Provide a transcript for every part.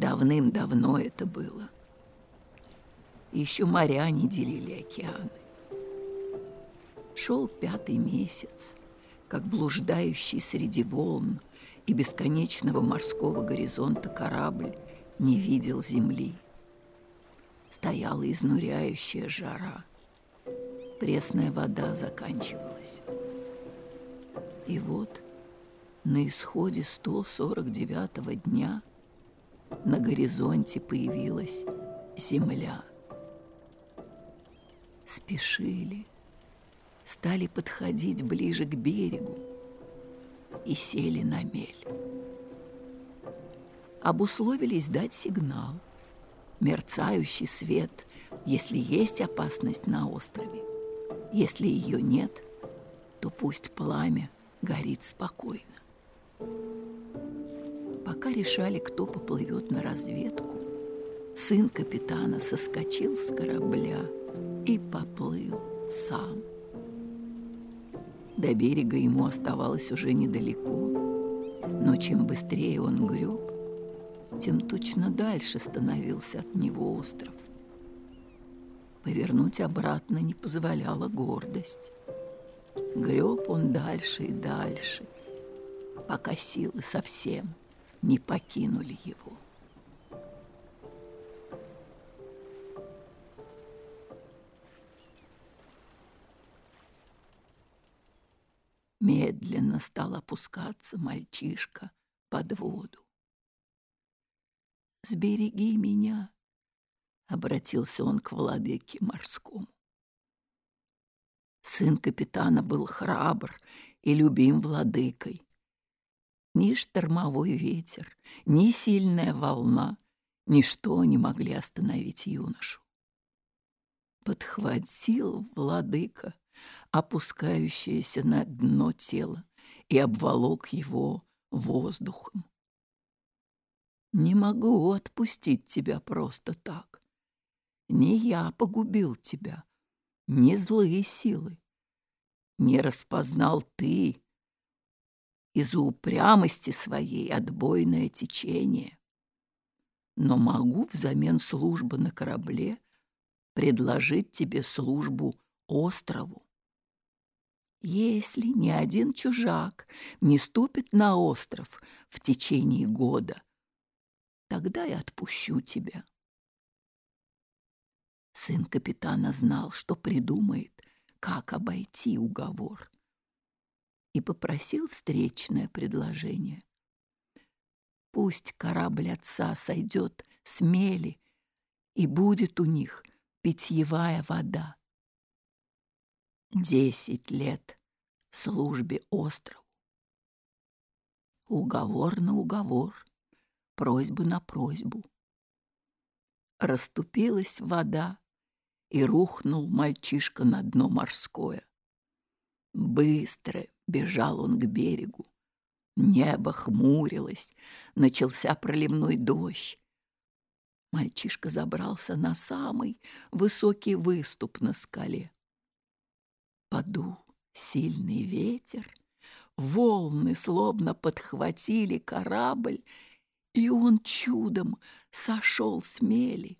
Давным-давно это было. Еще моря не делили океаны. Шел 5-й месяц, как блуждающий среди волн и бесконечного морского горизонта корабль не видел земли. Стояла изнуряющая жара. Пресная вода заканчивалась. И вот на исходе 149-го дня на горизонте появилась земля. Спешили, стали подходить ближе к берегу и сели на мель. Обусловились дать сигнал, мерцающий свет, если есть опасность на острове. Если ее нет, то пусть пламя горит спокойно. Пока решали, кто поплывет на разведку, сын капитана соскочил с корабля и поплыл сам. До берега ему оставалось уже недалеко, но чем быстрее он греб, тем точно дальше становился от него остров. Повернуть обратно не позволяла гордость. Греб он дальше и дальше, пока силы совсем не покинули его. Медленно стал опускаться мальчишка под воду. «Сбереги меня», — обратился он к владыке морскому. Сын капитана был храбр и любим владыкой. Ни штормовой ветер, ни сильная волна, ничто не могли остановить юношу. Подхватил владыка опускающееся на дно тело и обволок его воздухом. «Не могу отпустить тебя просто так. Не я погубил тебя, не злые силы. Не распознал ты из-за упрямости своей отбойное течение. Но могу взамен службы на корабле предложить тебе службу острову. Если ни один чужак не ступит на остров в течение года, тогда я отпущу тебя». Сын капитана знал, что придумает, как обойти уговор, и попросил встречное предложение. Пусть корабль отца сойдет с мели, и будет у них питьевая вода. 10 лет службе острову. Уговор на уговор, просьба на просьбу. Расступилась вода, и рухнул мальчишка на дно морское. Быстро бежал он к берегу. Небо хмурилось, начался проливной дождь. Мальчишка забрался на самый высокий выступ на скале. Подул сильный ветер, волны словно подхватили корабль, и он чудом сошел с мели.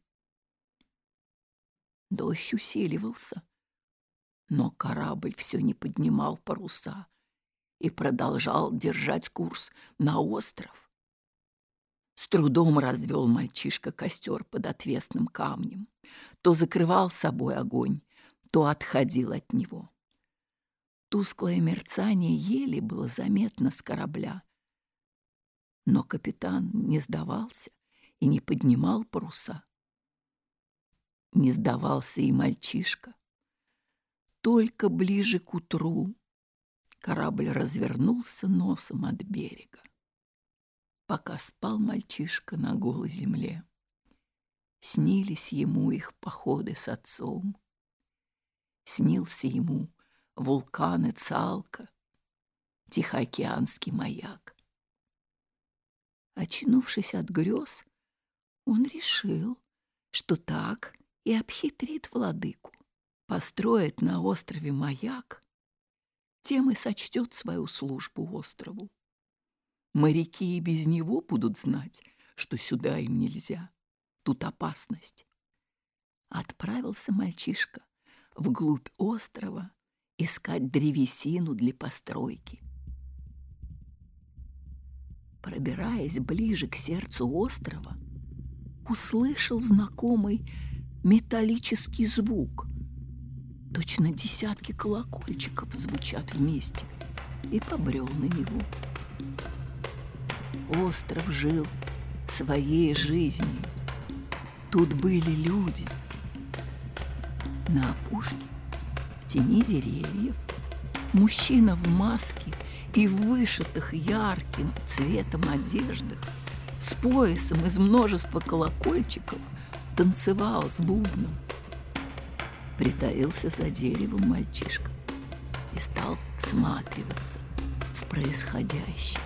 Дождь усиливался, но корабль все не поднимал паруса и продолжал держать курс на остров. С трудом развел мальчишка костер под отвесным камнем. То закрывал собой огонь, то отходил от него. Тусклое мерцание еле было заметно с корабля. Но капитан не сдавался и не поднимал паруса. Не сдавался и мальчишка. Только ближе к утру корабль развернулся носом от берега. Пока спал мальчишка на голой земле, снились ему их походы с отцом. Снился ему вулкан и Цалка, Тихоокеанский маяк. Очнувшись от грез, он решил, что так и обхитрит владыку. Построит на острове маяк, тем и сочтет свою службу острову. Моряки и без него будут знать, что сюда им нельзя, тут опасность. Отправился мальчишка вглубь острова искать древесину для постройки. Пробираясь ближе к сердцу острова, услышал знакомый металлический звук. Точно десятки колокольчиков звучат вместе, и побрел на него. Остров жил своей жизнью. Тут были люди. На опушке, в тени деревьев, мужчина в маске и в вышитых ярким цветом одеждах, с поясом из множества колокольчиков, танцевал с бубном. Притаился за деревом мальчишка и стал всматриваться в происходящее.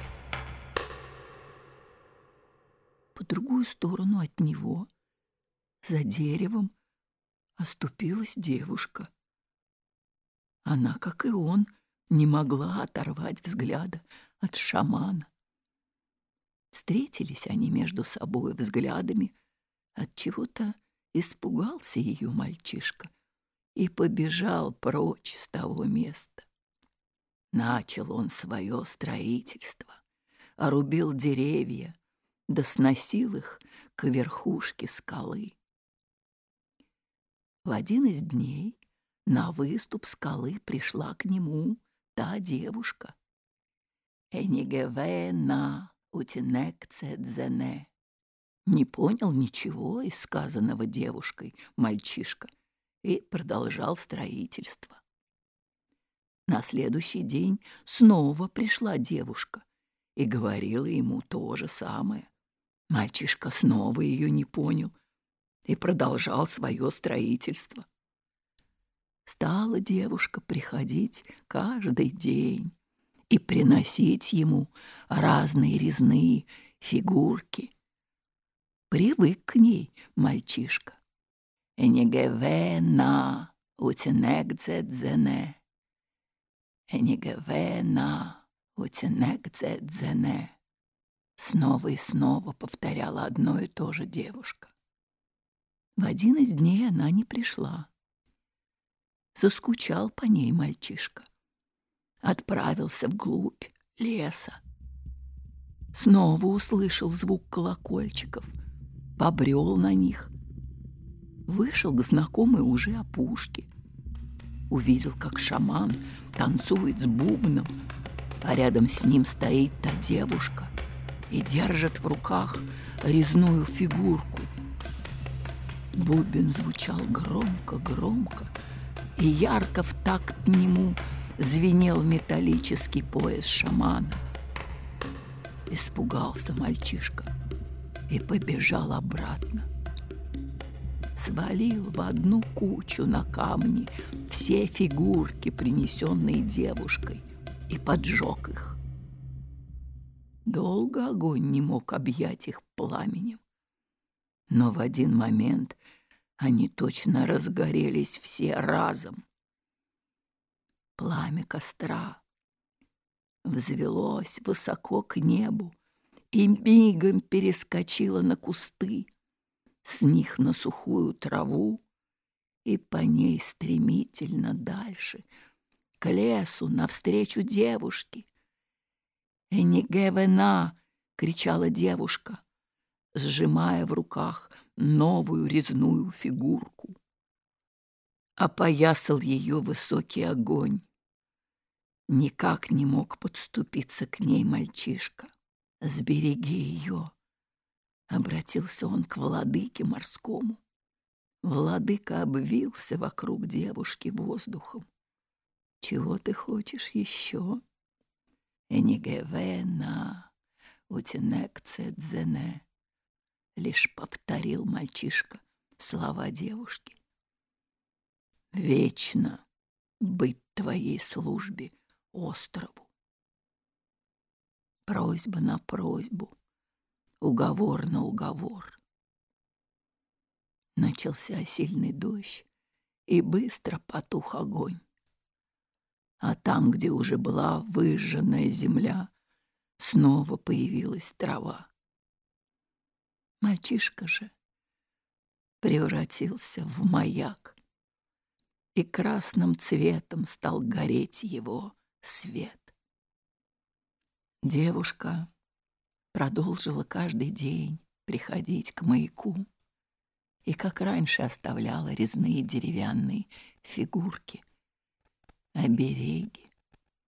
По другую сторону от него, за деревом, оступилась девушка. Она, как и он, не могла оторвать взгляда от шамана. Встретились они между собой взглядами, от чего-то испугался ее мальчишка и побежал прочь с того места. Начал он свое строительство, орубил деревья, да сносил их к верхушке скалы. В один из дней на выступ скалы пришла к нему та девушка. «Энигевена утинекцедзене». Не понял ничего из сказанного девушкой мальчишка и продолжал строительство. На следующий день снова пришла девушка и говорила ему то же самое. Мальчишка снова ее не понял и продолжал свое строительство. Стала девушка приходить каждый день и приносить ему разные резные фигурки. Привык к ней мальчишка. «Энигевена утинекцедзене, энигевена утинекцедзене». Снова и снова повторяла одно и то же девушка. В один из дней она не пришла. Заскучал по ней мальчишка. Отправился вглубь леса. Снова услышал звук колокольчиков, побрел на них. Вышел к знакомой уже опушке. Увидел, как шаман танцует с бубном, а рядом с ним стоит та девушка и держит в руках резную фигурку. Бубен звучал громко-громко, и ярко в такт нему звенел металлический пояс шамана. Испугался мальчишка и побежал обратно. Свалил в одну кучу на камни все фигурки, принесенные девушкой, и поджег их. Долго огонь не мог объять их пламенем, но в один момент они точно разгорелись все разом. Пламя костра взвелось высоко к небу и мигом перескочило на кусты, с них на сухую траву и по ней стремительно дальше, к лесу, навстречу девушке. «Энигевена!» — кричала девушка, сжимая в руках новую резную фигурку. Опоясал ее высокий огонь. Никак не мог подступиться к ней мальчишка. «Сбереги ее!» — обратился он к владыке морскому. Владыка обвился вокруг девушки воздухом. «Чего ты хочешь еще?» «Энигевена утинекцедзене», — лишь повторил мальчишка слова девушки. «Вечно быть твоей службе острову». Просьба на просьбу, уговор на уговор. Начался сильный дождь, и быстро потух огонь. А там, где уже была выжженная земля, снова появилась трава. Мальчишка же превратился в маяк, и красным цветом стал гореть его свет. Девушка продолжила каждый день приходить к маяку и, как раньше, оставляла резные деревянные фигурки, обереги.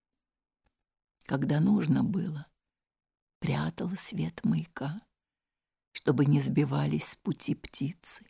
Когда нужно было, прятала свет маяка, чтобы не сбивались с пути птицы.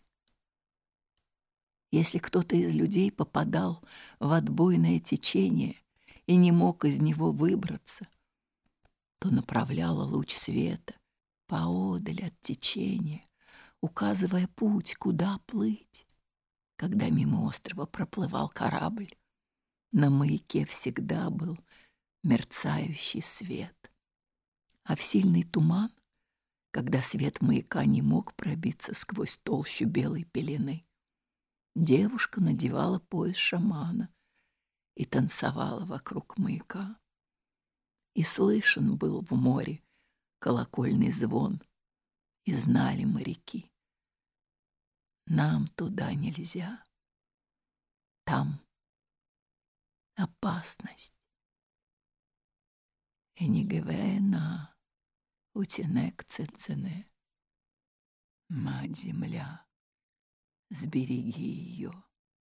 Если кто-то из людей попадал в отбойное течение и не мог из него выбраться, то направляла луч света поодаль от течения, указывая путь, куда плыть. Когда мимо острова проплывал корабль, на маяке всегда был мерцающий свет. А в сильный туман, когда свет маяка не мог пробиться сквозь толщу белой пелены, девушка надевала пояс шамана и танцевала вокруг маяка. И слышен был в море колокольный звон, и знали моряки: нам туда нельзя, там опасность. Энигевена утенек цецене. Мать-Земля, сбереги ее.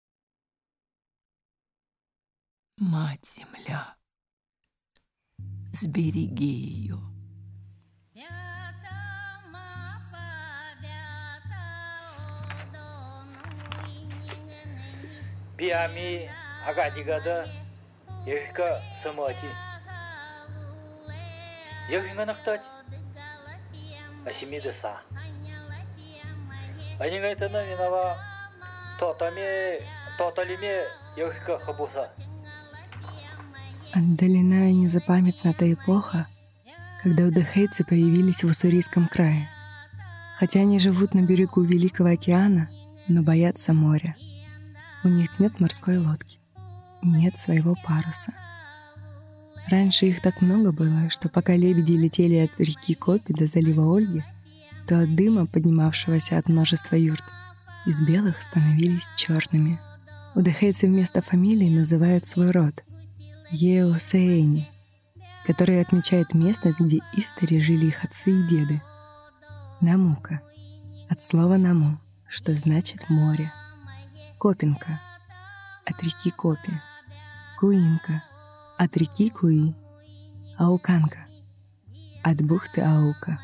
Мать-Земля, сбереги ее. Биами агадигада ехка самати. Ехинганахтать асимидеса. Анигайтана винава тоталиме ехка хабуса. Отдалена и незапамятна та эпоха, когда удыхейцы появились в Уссурийском крае. Хотя они живут на берегу Великого океана, но боятся моря. У них нет морской лодки, нет своего паруса. Раньше их так много было, что пока лебеди летели от реки Копи до залива Ольги, то от дыма, поднимавшегося от множества юрт, из белых становились черными. Удыхейцы вместо фамилии называют свой род Еосеэни, который отмечает местность, где истори жили их отцы и деды. Намука от слова «наму», что значит «море». Копинка от реки Копи. Куинка от реки Куи. Ауканка от бухты Аука.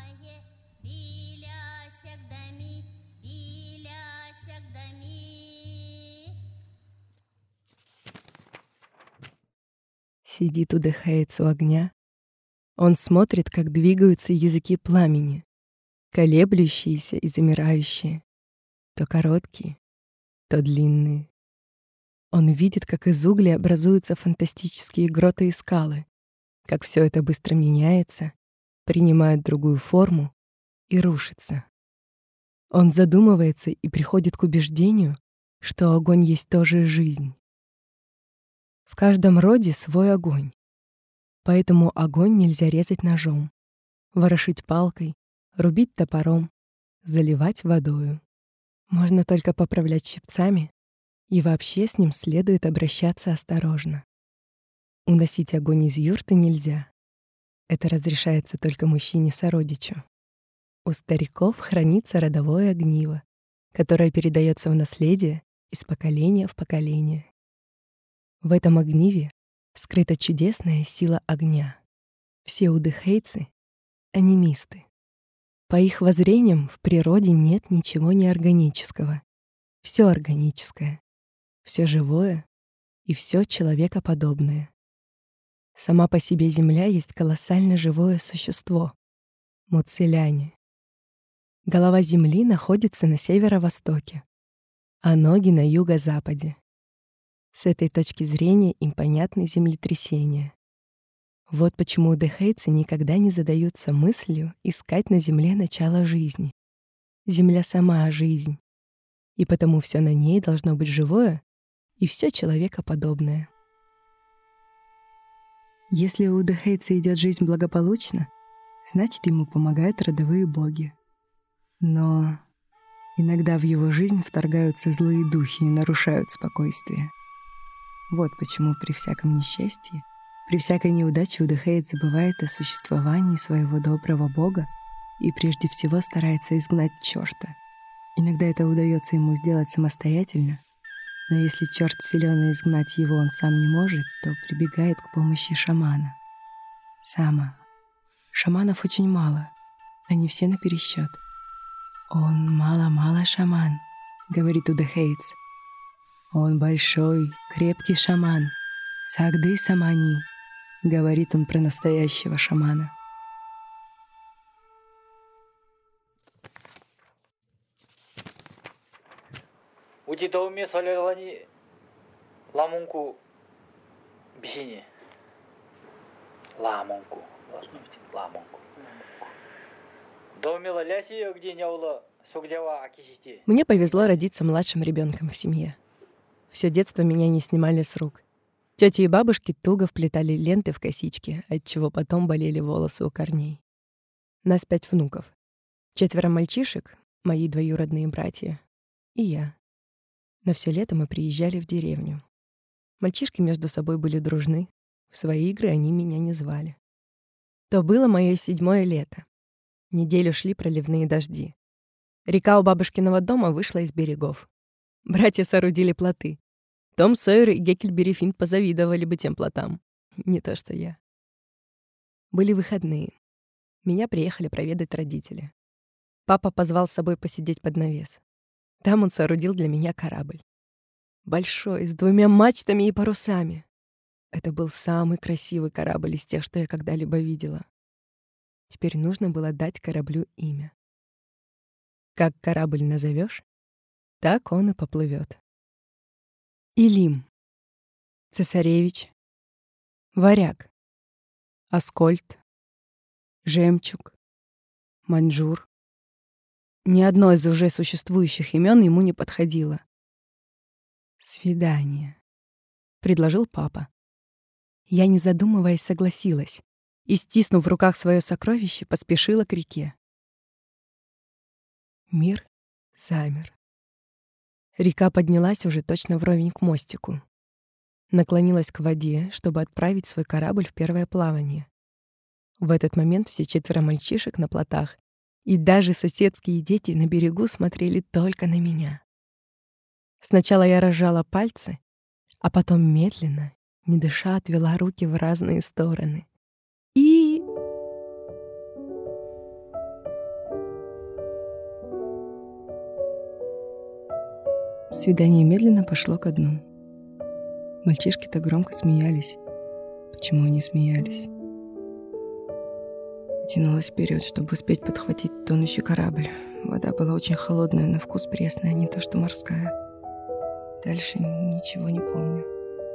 Сидит удыхаец у огня. Он смотрит, как двигаются языки пламени, колеблющиеся и замирающие, то короткие, то длинные. Он видит, как из угля образуются фантастические гроты и скалы, как все это быстро меняется, принимает другую форму и рушится. Он задумывается и приходит к убеждению, что огонь есть тоже жизнь. В каждом роде свой огонь, поэтому огонь нельзя резать ножом, ворошить палкой, рубить топором, заливать водою. Можно только поправлять щипцами, и вообще с ним следует обращаться осторожно. Уносить огонь из юрты нельзя. Это разрешается только мужчине-сородичу. У стариков хранится родовое огниво, которое передается в наследие из поколения в поколение. В этом огниве скрыта чудесная сила огня. Все удыхейцы — анимисты. По их воззрениям в природе нет ничего неорганического. Все органическое, все живое и все человекоподобное. Сама по себе Земля есть колоссально живое существо — муцеляне. Голова Земли находится на северо-востоке, а ноги на юго-западе. С этой точки зрения им понятны землетрясения. Вот почему удыхейцы никогда не задаются мыслью искать на Земле начало жизни. Земля сама жизнь, и потому все на ней должно быть живое и все человекоподобное. Если у удыхейца идет жизнь благополучно, значит, ему помогают родовые боги. Но иногда в его жизнь вторгаются злые духи и нарушают спокойствие. Вот почему при всяком несчастье, при всякой неудаче Удыхейт забывает о существовании своего доброго бога и прежде всего старается изгнать черта. Иногда это удается ему сделать самостоятельно, но если черт силен и изгнать его он сам не может, то прибегает к помощи шамана. Сама. Шаманов очень мало, они все напересчет. «Он мало-мало шаман», — говорит Удыхейтс. «Он большой, крепкий шаман. Сагды самани», — говорит он про настоящего шамана. 우지 더움에 살려가니 라몽구 미신이 라몽구 должно быть 라몽구 더움에 ляси где не ула сугдева акисити. Мне повезло родиться младшим ребенком в семье. Все детство меня не снимали с рук. Тети и бабушки туго вплетали ленты в косички, отчего потом болели волосы у корней. Нас 5 внуков. 4 мальчишек, мои двоюродные братья, и я. На все лето мы приезжали в деревню. Мальчишки между собой были дружны. В свои игры они меня не звали. То было мое 7-е лето. Неделю шли проливные дожди. Река у бабушкиного дома вышла из берегов. Братья соорудили плоты. Том Сойер и Геккельбери Финн позавидовали бы тем плотам. Не то что я. Были выходные. Меня приехали проведать родители. Папа позвал с собой посидеть под навес. Там он соорудил для меня корабль. Большой, с 2 мачтами и парусами. Это был самый красивый корабль из тех, что я когда-либо видела. Теперь нужно было дать кораблю имя. Как корабль назовешь, так он и поплывет. Илим, Цесаревич, Варяг, Аскольд, Жемчуг, Маньчжур. Ни одно из уже существующих имен ему не подходило. «Свидание», — предложил папа. Я, не задумываясь, согласилась и, стиснув в руках свое сокровище, поспешила к реке. Мир замер. Река поднялась уже точно вровень к мостику. Наклонилась к воде, чтобы отправить свой корабль в первое плавание. В этот момент все 4 мальчишек на плотах и даже соседские дети на берегу смотрели только на меня. Сначала я разжала пальцы, а потом медленно, не дыша, отвела руки в разные стороны. И... Свидание медленно пошло ко дну. Мальчишки-то громко смеялись. Почему они смеялись? Тянулась вперед, чтобы успеть подхватить тонущий корабль. Вода была очень холодная, на вкус пресная, не то что морская. Дальше ничего не помню.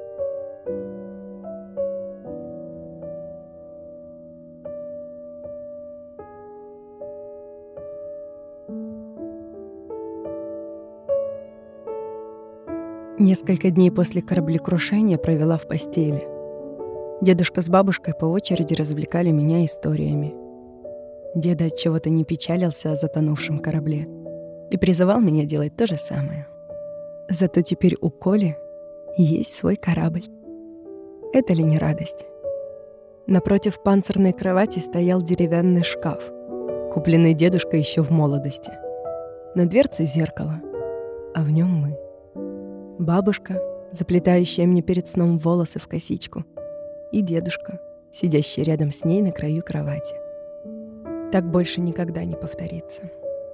Несколько дней после кораблекрушения провела в постели. Дедушка с бабушкой по очереди развлекали меня историями. Деда от чего-то не печалился о затонувшем корабле и призывал меня делать то же самое. Зато теперь у Коли есть свой корабль. Это ли не радость? Напротив панцирной кровати стоял деревянный шкаф, купленный дедушкой еще в молодости. На дверце зеркало, а в нем мы. Бабушка, заплетающая мне перед сном волосы в косичку, и дедушка, сидящий рядом с ней на краю кровати. Так больше никогда не повторится.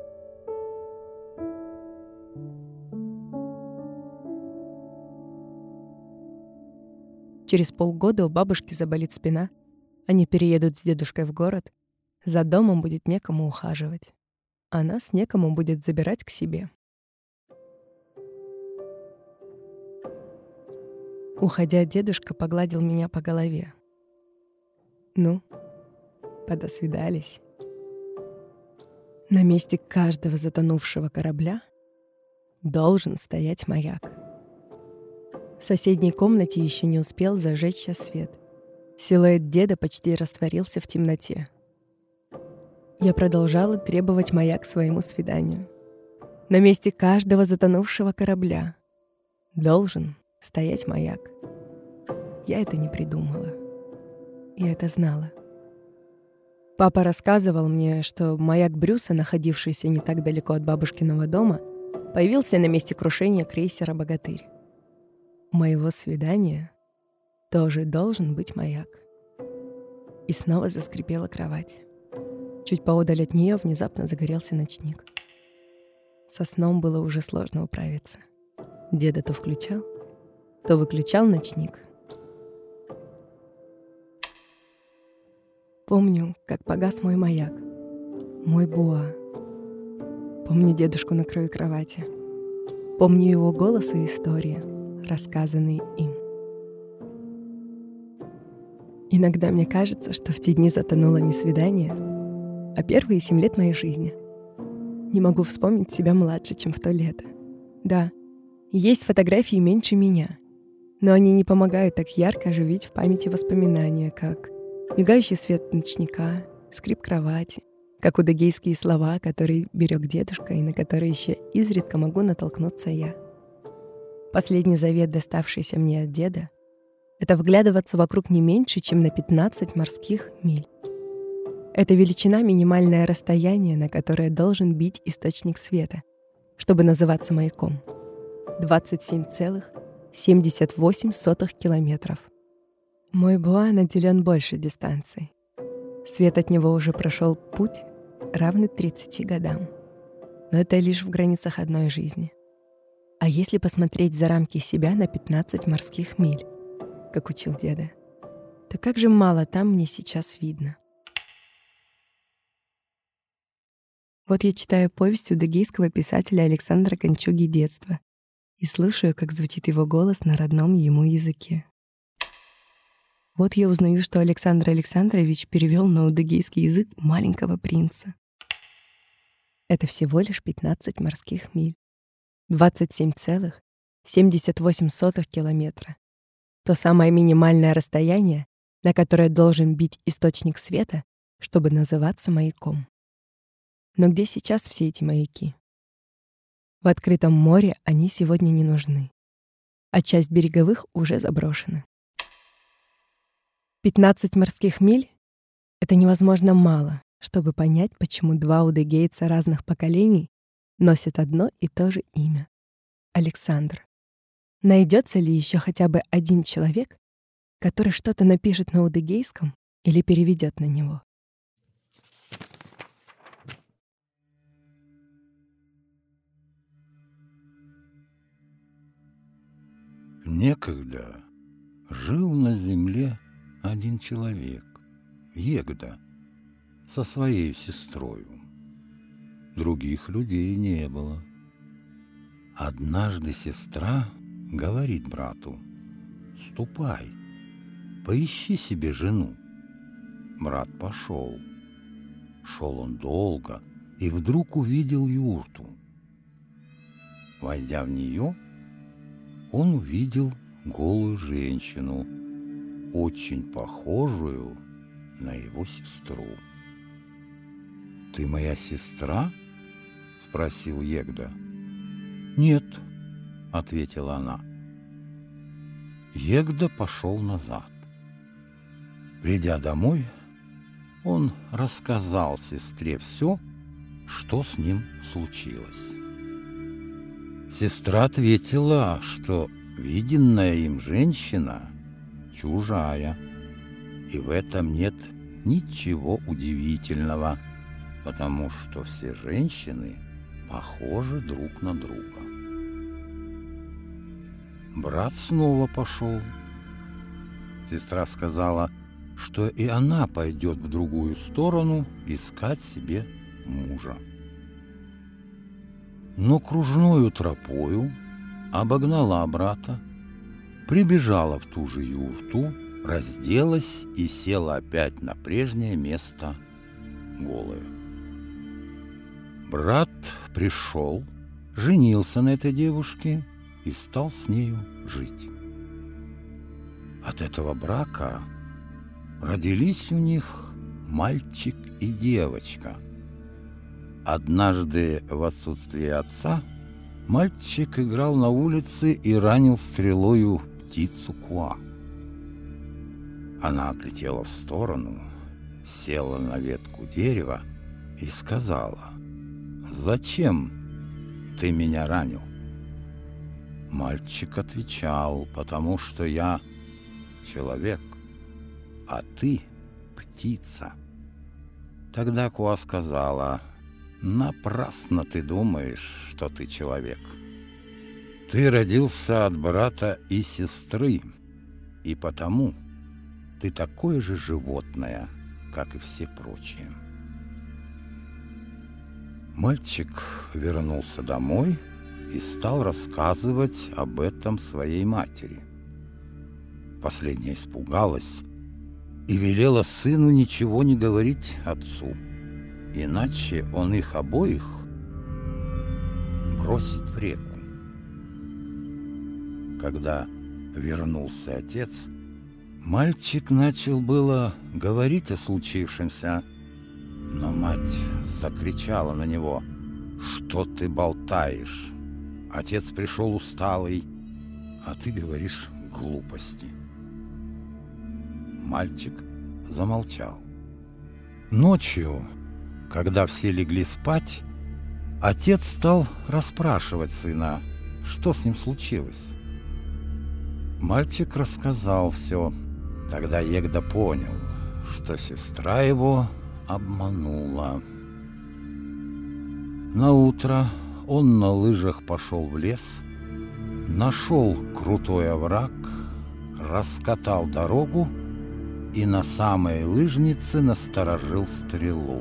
Через полгода у бабушки заболит спина, они переедут с дедушкой в город, за домом будет некому ухаживать, а нас некому будет забирать к себе. Уходя, дедушка погладил меня по голове. Ну, подосвидались. На месте каждого затонувшего корабля должен стоять маяк. В соседней комнате еще не успел зажечься свет. Силуэт деда почти растворился в темноте. Я продолжала требовать маяк к своему свиданию. На месте каждого затонувшего корабля должен стоять маяк. Я это не придумала. Я это знала. Папа рассказывал мне, что маяк Брюса, находившийся не так далеко от бабушкиного дома, появился на месте крушения крейсера «Богатырь». У моего свидания тоже должен быть маяк. И снова заскрипела кровать. Чуть поодаль от нее внезапно загорелся ночник. Со сном было уже сложно управиться. Деда то включал, то выключал ночник. Помню, как погас мой маяк, мой Боа. Помню дедушку на краю кровати. Помню его голос и истории, рассказанные им. Иногда мне кажется, что в те дни затонуло не свидание, а первые 7 лет моей жизни. Не могу вспомнить себя младше, чем в то лето. Да, есть фотографии меньше меня, но они не помогают так ярко оживить в памяти воспоминания, как мигающий свет ночника, скрип кровати, как удыгейские слова, которые берег дедушка и на которые еще изредка могу натолкнуться я. Последний завет, доставшийся мне от деда, это вглядываться вокруг не меньше, чем на 15 морских миль. Это величина — минимальное расстояние, на которое должен бить источник света, чтобы называться маяком. 27,78 километров. Мой Боа наделен больше дистанций. Свет от него уже прошел путь, равный 30 годам. Но это лишь в границах одной жизни. А если посмотреть за рамки себя на 15 морских миль, как учил деда, то как же мало там мне сейчас видно. Вот я читаю повесть удыгейского писателя Александра Кончуги «Детство» и слушаю, как звучит его голос на родном ему языке. Вот я узнаю, что Александр Александрович перевел на удыгейский язык «Маленького принца». Это всего лишь 15 морских миль. 27,78 километра. То самое минимальное расстояние, на которое должен бить источник света, чтобы называться маяком. Но где сейчас все эти маяки? В открытом море они сегодня не нужны, а часть береговых уже заброшена. 15 морских миль — это невозможно мало, чтобы понять, почему два удыгейца разных поколений носят одно и то же имя — Александр. Найдется ли еще хотя бы один человек, который что-то напишет на удыгейском или переведет на него? Некогда жил на земле один человек, Егда, со своей сестрою. Других людей не было. Однажды сестра говорит брату: «Ступай, поищи себе жену». Брат пошел. Шел он долго и вдруг увидел юрту. Войдя в нее, он увидел голую женщину, очень похожую на его сестру. «Ты моя сестра?» — спросил Егда. «Нет», — ответила она. Егда пошел назад. Придя домой, он рассказал сестре все, что с ним случилось. Сестра ответила, что виденная им женщина чужая, и в этом нет ничего удивительного, потому что все женщины похожи друг на друга. Брат снова пошел. Сестра сказала, что и она пойдет в другую сторону искать себе мужа. Но кружною тропою обогнала брата, прибежала в ту же юрту, разделась и села опять на прежнее место голая. Брат пришел, женился на этой девушке и стал с нею жить. От этого брака родились у них мальчик и девочка, Однажды в отсутствие отца мальчик играл на улице и ранил стрелою птицу Куа. Она отлетела в сторону, села на ветку дерева и сказала: «Зачем ты меня ранил?» Мальчик отвечал: «Потому что я человек, а ты птица». Тогда Куа сказала: «Напрасно ты думаешь, что ты человек. Ты родился от брата и сестры, и потому ты такое же животное, как и все прочие». Мальчик вернулся домой и стал рассказывать об этом своей матери. Последняя испугалась и велела сыну ничего не говорить отцу, иначе он их обоих бросит в реку. Когда вернулся отец, мальчик начал было говорить о случившемся, но мать закричала на него: «Что ты болтаешь? Отец пришел усталый, а ты говоришь глупости». Мальчик замолчал. Ночью, когда все легли спать, отец стал расспрашивать сына, что с ним случилось. Мальчик рассказал все. Тогда Егда понял, что сестра его обманула. Наутро он на лыжах пошел в лес, нашел крутой овраг, раскатал дорогу и на самой лыжнице насторожил стрелу.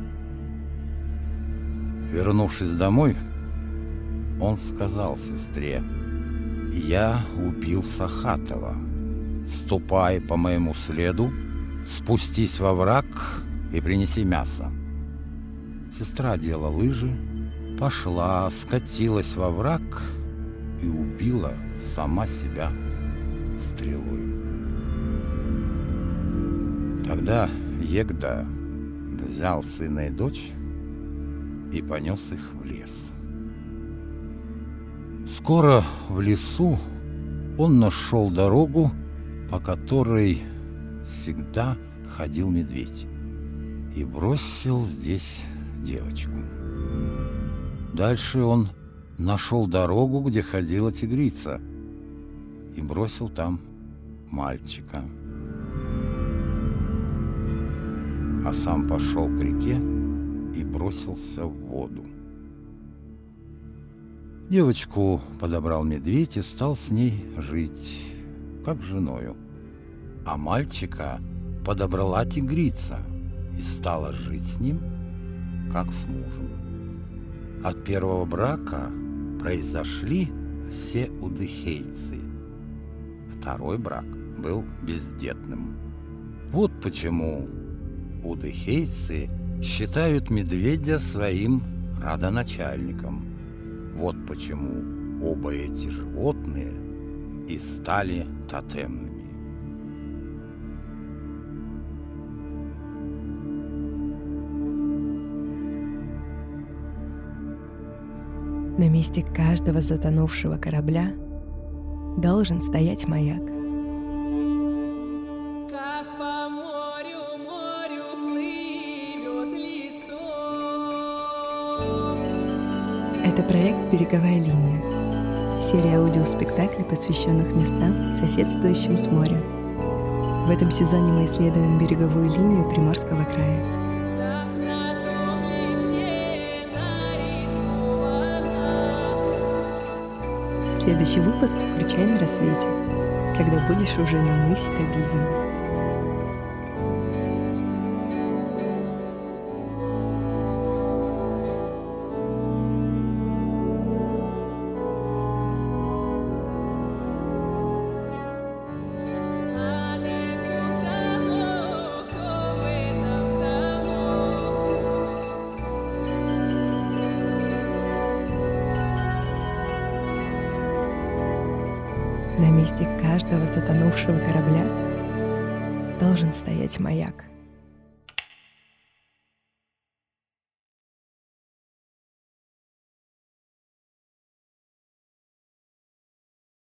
Вернувшись домой, он сказал сестре: «Я убил Сахатова. Ступай по моему следу, спустись во враг и принеси мясо». Сестра одела лыжи, пошла, скатилась во враг и убила сама себя стрелой. Тогда Егда взял сына и дочь и понес их в лес. Скоро в лесу он нашел дорогу, по которой всегда ходил медведь, и бросил здесь девочку. Дальше он нашел дорогу, где ходила тигрица, и бросил там мальчика. А сам пошел к реке и бросился в воду. Девочку подобрал медведь и стал с ней жить, как с женою. А мальчика подобрала тигрица и стала жить с ним, как с мужем. От первого брака произошли все удыхейцы. Второй брак был бездетным. Вот почему удыхейцы считают медведя своим родоначальником. Вот почему оба эти животные и стали тотемными. На месте каждого затонувшего корабля должен стоять маяк. Как по морю, морю плывет листок. Это проект «Береговая линия». Серия аудиоспектаклей, посвященных местам, соседствующим с морем. В этом сезоне мы исследуем береговую линию Приморского края. Как на том листе нарисована. Следующий выпуск включай на рассвете, когда будешь уже на мысе Табизина. А далеко тому, кто в этом дому. На месте каждого затонувшего корабля должен стоять маяк.